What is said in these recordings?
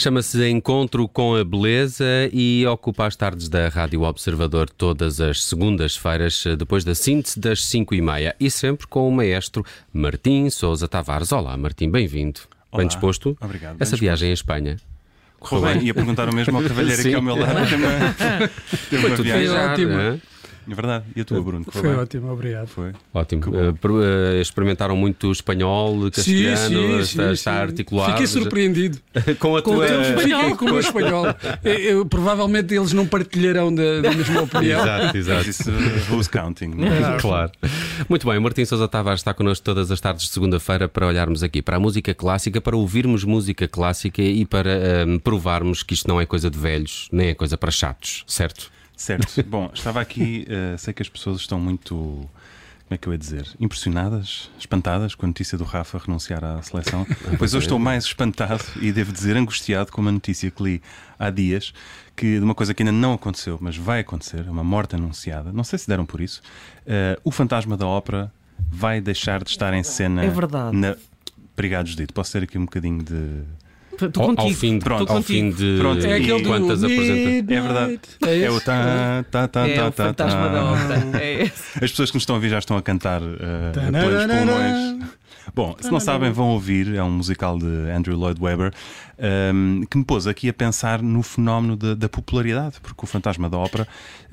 Chama-se Encontro com a Beleza e ocupa as tardes da Rádio Observador todas as segundas-feiras, depois da síntese das 5h30. E sempre com o maestro Martim Sousa Tavares. Olá, Martim, bem-vindo. Bem disposto? Obrigado. Essa viagem à Espanha? Correu bem. Ia perguntar o mesmo ao cavalheiro aqui ao meu lado. Teve uma viagem. Ótimo. É verdade. E a tua, Bruno? Foi ótimo, obrigado. Foi. Ótimo. Experimentaram muito espanhol, castelhano, está articulado. Fiquei surpreendido com a tua... Fiquei com o meu espanhol. Provavelmente eles não partilharão da mesma opinião. Exato. Isso, who's counting? Claro. Muito bem, o Martim Sousa Tavares está connosco todas as tardes de segunda-feira para olharmos aqui para a música clássica, para ouvirmos música clássica e para provarmos que isto não é coisa de velhos, nem é coisa para chatos, certo? Certo. Bom, estava aqui, sei que as pessoas estão muito, como é que eu ia dizer, impressionadas, espantadas com a notícia do Rafa renunciar à seleção. Pois eu estou mais espantado e devo dizer angustiado com uma notícia que li há dias, que de uma coisa que ainda não aconteceu, mas vai acontecer, uma morte anunciada. Não sei se deram por isso. O Fantasma da Ópera vai deixar de estar em cena. É verdade. Obrigado, Judito. Posso ter aqui um bocadinho de... Ao fim de É aquele quantas do apresenta. É verdade. É o É o Fantasma da Ópera. É esse. As pessoas que nos estão a ouvir já estão a cantar pelos pulmões. Bom, se não sabem, vão ouvir. É um musical de Andrew Lloyd Webber que me pôs aqui a pensar no fenómeno da popularidade, porque o Fantasma da Ópera,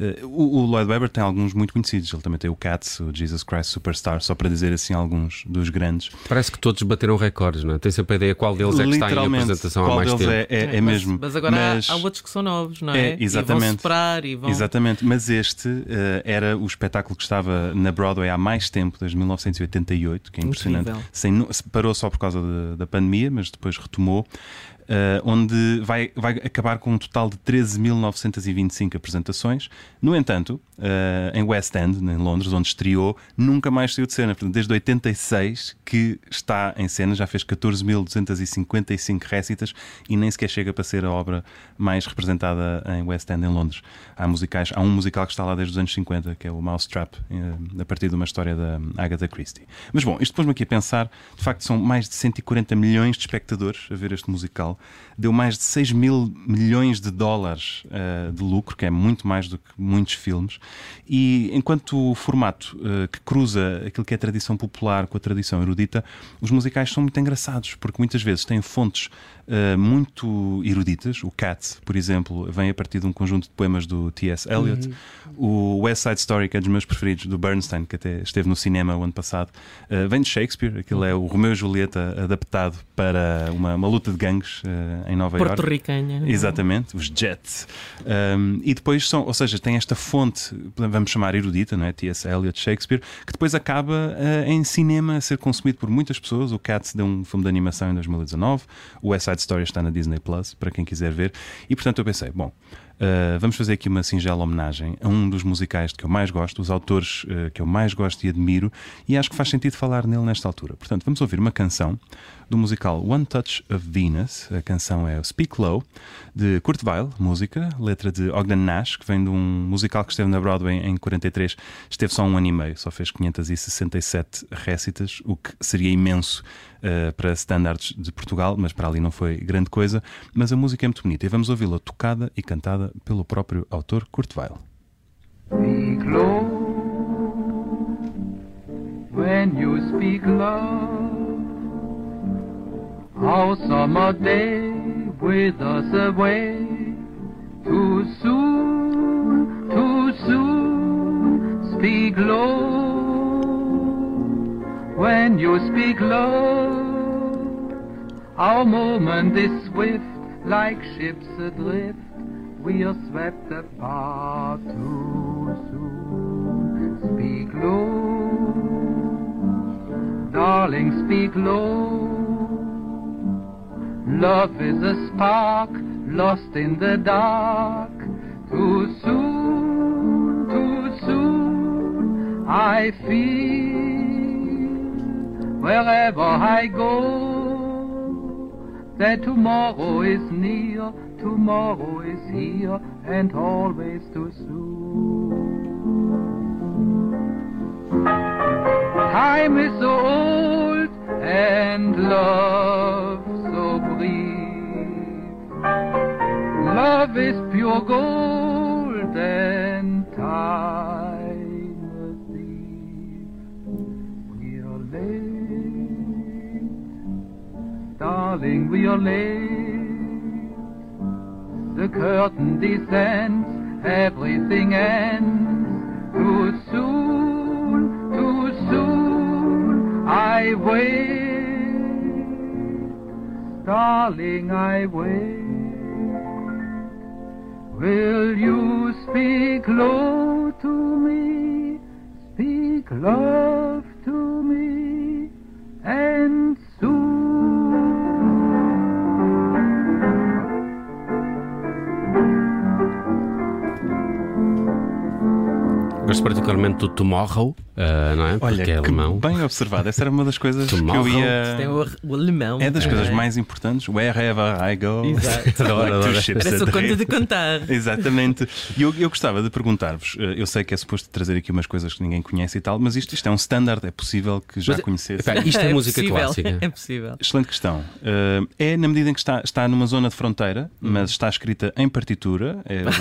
o Lloyd Webber tem alguns muito conhecidos. Ele também tem o Cats, o Jesus Christ Superstar, só para dizer assim alguns dos grandes. Parece que todos bateram recordes, não é? Tem sempre a ideia qual deles é que está em apresentação há mais tempo. É mesmo. Mas agora há outros que são novos, não é? Exatamente. E vão superar e vão... Exatamente, mas este era o espetáculo que estava na Broadway há mais tempo, desde 1988, que é impressionante. Parou só por causa da pandemia, mas depois retomou. Onde vai acabar com um total de 13.925 apresentações. No entanto, em West End, em Londres, onde estreou, nunca mais saiu de cena. Portanto, desde 86 que está em cena, já fez 14.255 récitas e nem sequer chega para ser a obra mais representada em West End, em Londres. Há um musical que está lá desde os anos 50, que é o Mousetrap, a partir de uma história da Agatha Christie. Mas bom, isto pôs-me aqui a pensar, de facto são mais de 140 milhões de espectadores a ver este musical. Deu mais de 6 mil milhões de dólares de lucro, que é muito mais do que muitos filmes. E enquanto formato que cruza aquilo que é a tradição popular com a tradição erudita, os musicais são muito engraçados, porque muitas vezes têm fontes muito eruditas. O Cats, por exemplo, vem a partir de um conjunto de poemas do T.S. Eliot. O West Side Story, que é dos meus preferidos, do Bernstein, que até esteve no cinema o ano passado, vem de Shakespeare. Aquilo é o Romeu e Julieta adaptado para uma luta de gangues em Nova Iorque. Porto-ricanha. Exatamente, os Jets. E depois tem esta fonte, vamos chamar erudita, não é? T.S. Eliot, Shakespeare, que depois acaba em cinema a ser consumido por muitas pessoas. O Cats deu um filme de animação em 2019. O West Side Story está na Disney Plus, para quem quiser ver. E portanto eu pensei, vamos fazer aqui uma singela homenagem a um dos musicais que eu mais gosto, os autores que eu mais gosto e admiro, e acho que faz sentido falar nele nesta altura. Portanto, vamos ouvir uma canção do musical One Touch of Venus. A canção é o Speak Low, de Kurt Weill, música, letra de Ogden Nash, que vem de um musical que esteve na Broadway em 43, esteve só 1 ano e meio, só fez 567 récitas, o que seria imenso para standards de Portugal, mas para ali não foi grande coisa. Mas a música é muito bonita e vamos ouvi-la tocada e cantada pelo próprio autor Kurt Weill. Speak low when you speak love. How summer day withers away. Too soon, too soon. Speak low when you speak love. Our moment is swift, like ships adrift. We are swept apart too soon. Speak low, darling, speak low. Love is a spark lost in the dark. Too soon, too soon. I feel wherever I go that tomorrow is near. Tomorrow is here and always too soon. Time is so old and love so brief. your golden time a thief. We are late, darling, we are late. The curtain descends, everything ends. Too soon, I wait, darling, I wait. Will you speak low to me, speak love to me, and soon? Gosto particularmente do Tomorrow, não é? Olha, porque é alemão. Bem observado, essa era uma das coisas que eu ia. Tem o alemão. É das coisas mais importantes. Wherever I go. Exato. Era só conta de contar. Exatamente. E eu gostava de perguntar-vos, eu sei que é suposto trazer aqui umas coisas que ninguém conhece e tal, mas isto é um standard, é possível que já conhecesse. Isto é música possível, clássica. É possível. Excelente questão. É na medida em que está numa zona de fronteira, mas está escrita em partitura.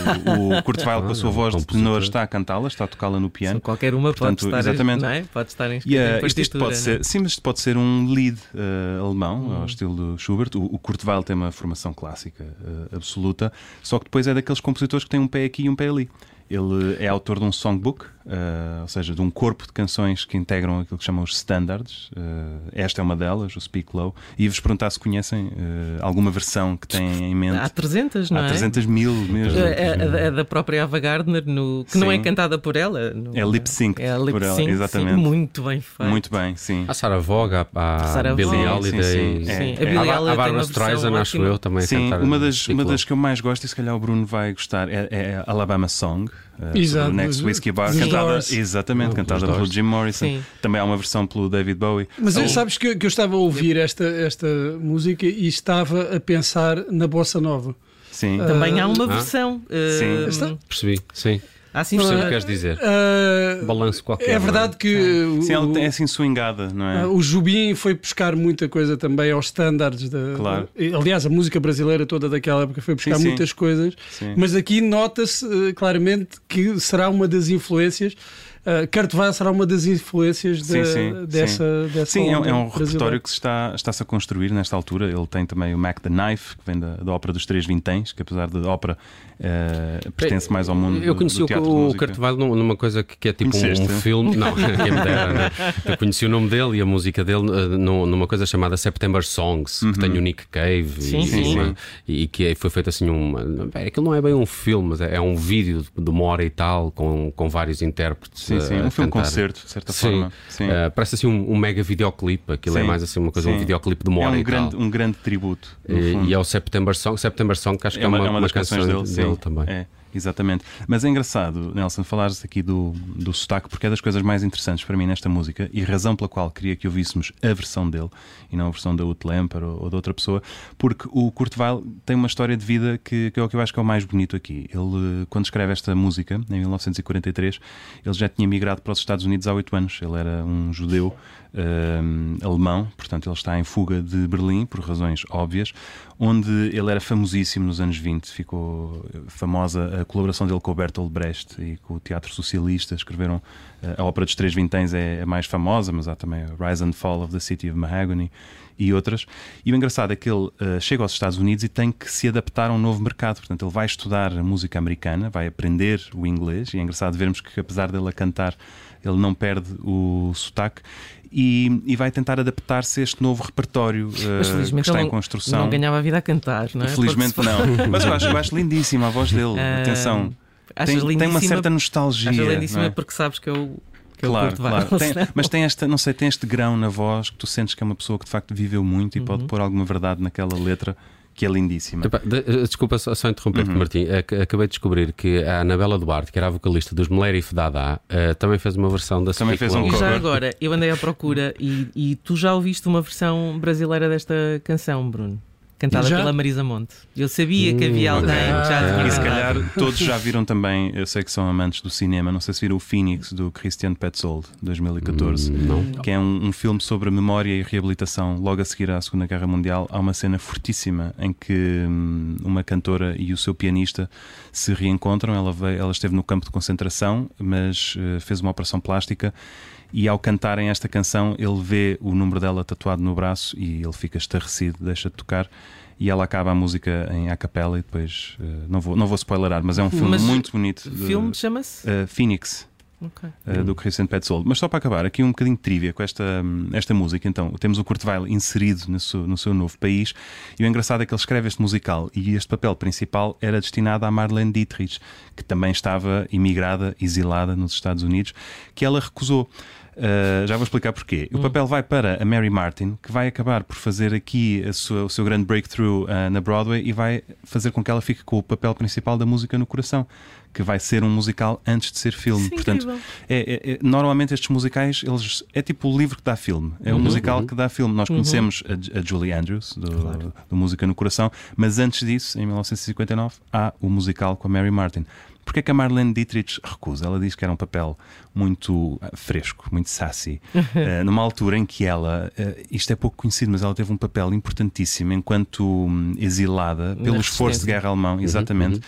O Kurt Weill, com a sua voz de tenor, está a cantá-la, está a tocá-la no piano. Só qualquer uma Portanto, pode estar, exatamente. Não é? Pode estar inscrita em partitura. Isto pode ser, sim, mas isto pode ser um lead alemão, ao estilo Schubert. O Kurt Weill tem uma formação clássica absoluta, só que depois é daqueles compositores que têm um pé aqui e um pé ali. Ele é autor de um songbook, ou seja, de um corpo de canções que integram aquilo que chamam os standards. Esta é uma delas, o Speak Low. E vos perguntar se conhecem alguma versão que têm em mente. Há 300, não é? Há 300 mil mesmo. É da própria Ava Gardner, que não é cantada por ela. É lip-sync por ela, exatamente. Sim, muito bem feito. Muito bem, sim. A Sarah Vaughan, a Billie Holiday. Sim. A Billie Holiday a Barbara Streisand, acho eu, também. Sim, uma das que eu mais gosto, e se calhar o Bruno vai gostar, é Alabama Song. Exato, Next Whiskey Bar, cantada pelo Jim Morrison. Sim. Também há uma versão pelo David Bowie. Mas sabes que eu estava a ouvir esta música e estava a pensar na Bossa Nova. Sim. Também há uma versão. Sim. Percebi, sim. Sim, percebo o que queres dizer. Balanço qualquer. É verdade que sim, ela é assim swingada, não é? O Jobim foi buscar muita coisa também aos standards claro. Aliás, a música brasileira toda daquela época foi buscar muitas coisas, mas aqui nota-se claramente que será uma das influências. Kurt Weill será uma das influências dessa Sim, é um repertório que está-se a construir nesta altura. Ele tem também o Mac the Knife, que vem da ópera dos Três Vinténs, que apesar de ópera pertence mais ao mundo eu conheci do teatro o Kurt Weill numa coisa que é tipo um filme. Não, quem me dera, né? Eu conheci o nome dele e a música dele numa coisa chamada September Songs, que tem o Nick Cave e que foi feito assim aquilo não é bem um filme, mas é um vídeo de 1 hora e tal com vários intérpretes. Sim, um filme-concerto, de certa forma. Sim. Parece assim um mega videoclipe. Aquilo é mais assim uma coisa, um videoclipe de 1 hora e tal. Um grande tributo. E é o September Song, que acho que é uma das canções dele também. Exatamente. Mas é engraçado, Nelson, falares aqui do sotaque, porque é das coisas mais interessantes para mim nesta música e razão pela qual queria que ouvíssemos a versão dele e não a versão da Ute Lemper ou de outra pessoa, porque o Kurt Weill tem uma história de vida que é o que eu acho que é o mais bonito aqui. Ele, quando escreve esta música, em 1943, ele já tinha migrado para os Estados Unidos há 8 anos. Ele era um judeu alemão, portanto ele está em fuga de Berlim por razões óbvias, onde ele era famosíssimo nos anos 20, ficou famosa a colaboração dele com o Bertolt Brecht e com o Teatro Socialista. Escreveram a ópera dos Três Vinténs, é a mais famosa, mas há também a Rise and Fall of the City of Mahogany e outras. E o engraçado é que ele chega aos Estados Unidos e tem que se adaptar a um novo mercado. Portanto, ele vai estudar a música americana, vai aprender o inglês, e é engraçado vermos que, apesar dele a cantar, ele não perde o sotaque. E vai tentar adaptar-se a este novo repertório que está em construção. Não ganhava a vida a cantar, não é? Felizmente não. Mas eu acho lindíssima a voz dele. Atenção. Tem uma certa nostalgia. Achas lindíssima porque sabes que eu claro. Mas tem este grão na voz que tu sentes que é uma pessoa que de facto viveu muito e pode pôr alguma verdade naquela letra, que é lindíssima. Desculpa só interromper-te, Martim. Acabei de descobrir que a Anabela Duarte, que era a vocalista dos Melerif Dada, também fez uma versão da Também fez um cover. E já agora, eu andei à procura e tu já ouviste uma versão brasileira desta canção, Bruno? cantada pela Marisa Monte. Eu sabia que havia alguém que já tinha. E se calhar todos já viram também, eu sei que são amantes do cinema, não sei se viram o Phoenix do Christian Petzold, 2014, que é um filme sobre a memória e reabilitação. Logo a seguir à Segunda Guerra Mundial, há uma cena fortíssima em que uma cantora e o seu pianista se reencontram. Ela esteve no campo de concentração, mas fez uma operação plástica. E ao cantarem esta canção, ele vê o número dela tatuado no braço e ele fica estarrecido, deixa de tocar. E ela acaba a música em a capela e depois... não vou spoilerar, mas é um filme muito bonito. O filme chama-se? Phoenix, do Christian Petzold. Mas só para acabar, aqui um bocadinho de trivia com esta música. Então, temos o Kurt Weill inserido no seu novo país. E o engraçado é que ele escreve este musical e este papel principal era destinado à Marlene Dietrich, que também estava imigrada, exilada nos Estados Unidos, que ela recusou. Já vou explicar porquê. O papel vai para a Mary Martin, que vai acabar por fazer aqui o seu grande breakthrough na Broadway e vai fazer com que ela fique com o papel principal da Música no Coração, que vai ser um musical antes de ser filme. Sim, portanto, normalmente estes musicais é tipo o livro que dá filme, é um musical que dá filme. Nós conhecemos a Julie Andrews do Música no Coração, mas antes disso, em 1959, há o musical com a Mary Martin. Porque é que a Marlene Dietrich recusa? Ela diz que era um papel muito fresco, muito sassy, numa altura em que ela, isto é pouco conhecido, mas ela teve um papel importantíssimo enquanto exilada pelo esforço de guerra alemão, exatamente.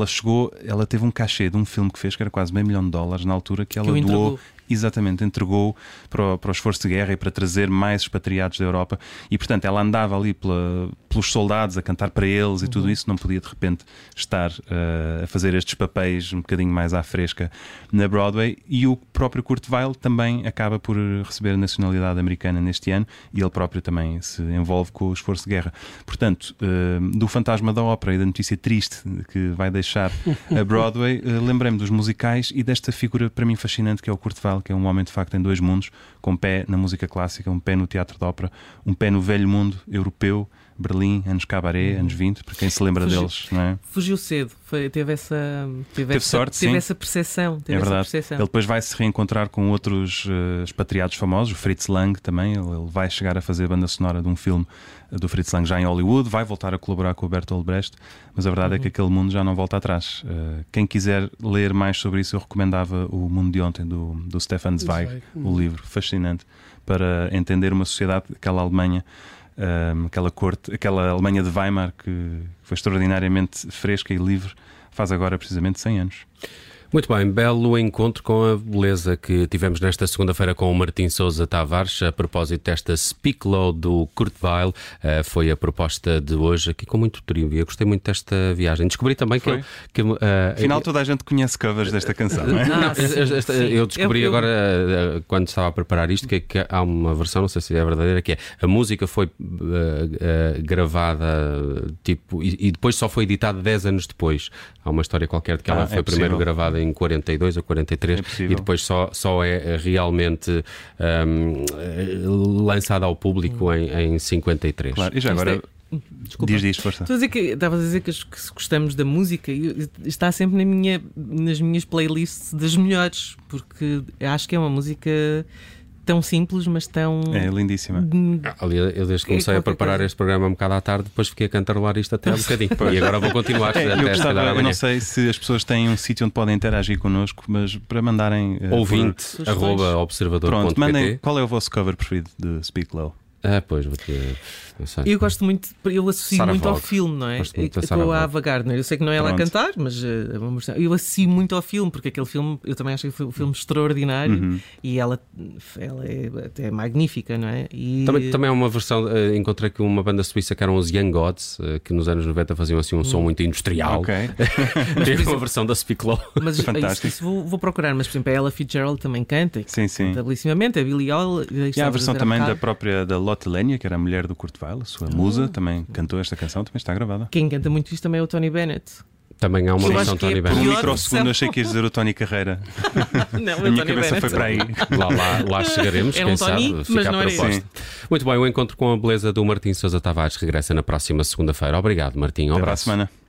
Ela teve um cachê de um filme que fez, que era quase $500 000 na altura, que ela doou. Exatamente, entregou para o esforço de guerra e para trazer mais expatriados da Europa. E portanto ela andava ali pelos soldados a cantar para eles e tudo isso. Não podia de repente estar a fazer estes papéis um bocadinho mais à fresca na Broadway. E o próprio Kurt Weill também acaba por receber a nacionalidade americana neste ano e ele próprio também se envolve com o esforço de guerra. Portanto, do fantasma da ópera e da notícia triste que vai deixar a Broadway, lembrei-me dos musicais e desta figura para mim fascinante que é o Kurt Weill, que é um homem de facto em dois mundos, com um pé na música clássica, um pé no teatro de ópera, um pé no velho mundo europeu, Berlim, anos cabaré, anos 20, para quem se lembra deles, não é? Fugiu cedo, teve sorte, teve essa percepção. É verdade. Ele depois vai se reencontrar com outros expatriados famosos, o Fritz Lang também. Ele vai chegar a fazer a banda sonora de um filme do Fritz Lang já em Hollywood, vai voltar a colaborar com o Bertolt Brecht, mas a verdade é que aquele mundo já não volta atrás. Quem quiser ler mais sobre isso, eu recomendava O Mundo de Ontem, do Stefan Zweig, o livro fascinante, para entender uma sociedade, aquela Alemanha, aquela corte, aquela Alemanha de Weimar, que foi extraordinariamente fresca e livre, faz agora precisamente 100 anos. Muito bem, belo encontro com a beleza que tivemos nesta segunda-feira com o Martim Sousa Tavares a propósito desta Speak Low do Kurt Weill. Foi a proposta de hoje aqui com muito trivia. Gostei muito desta viagem. Descobri também que afinal toda a gente conhece covers desta canção, não é? Eu descobri agora, quando estava a preparar isto, que há uma versão, não sei se é verdadeira, que é a música foi gravada tipo, e depois só foi editada 10 anos depois. Há uma história qualquer de que ela foi primeiro gravada em 42 ou 43 e depois só é realmente lançada ao público em 53. Claro, e já agora... Desculpa. Diz, força. Estava a dizer que gostamos da música e está sempre nas minhas playlists das melhores, porque acho que é uma música tão simples, mas tão... É lindíssima. Ali, eu desde que comecei a preparar este programa um bocado à tarde, depois fiquei a cantarolar isto até um bocadinho. E agora vou continuar. Eu não sei se as pessoas têm um sítio onde podem interagir connosco, mas para mandarem... ouvinte@observador.pt. Pronto, mandem qual é o vosso cover preferido de Speak Low. Pois, vou ter... Eu gosto muito, eu associo Sarah muito ao Vaughan. filme, não é? Com a Ava Gardner. Eu sei que não é ela a cantar, mas eu associo muito ao filme, porque aquele filme, eu também acho que foi um filme extraordinário e ela é até magnífica, não é? E... Também é uma versão, encontrei que uma banda suíça que eram os Young Gods, que nos anos 90 faziam assim um som muito industrial. Teve uma versão da Speak Low. Mas isso vou procurar, mas por exemplo a Ella Fitzgerald também canta. Sim. Canta belissimamente, a Billie Eilish. E há a versão também da própria da Lotte Lenya, que era a mulher do Kurt Weill, a sua musa, também cantou esta canção, também está gravada. Quem canta muito isto também é o Tony Bennett. Também há uma versão Tony Bennett. Por um microsegundo achei que ias dizer o Tony Carreira. Não, a minha cabeça foi para aí. Lá chegaremos, quem sabe, fica a proposta. Muito bem, o encontro com a beleza do Martim Sousa Tavares regressa na próxima segunda-feira. Obrigado, Martim. Um abraço. Até para a semana.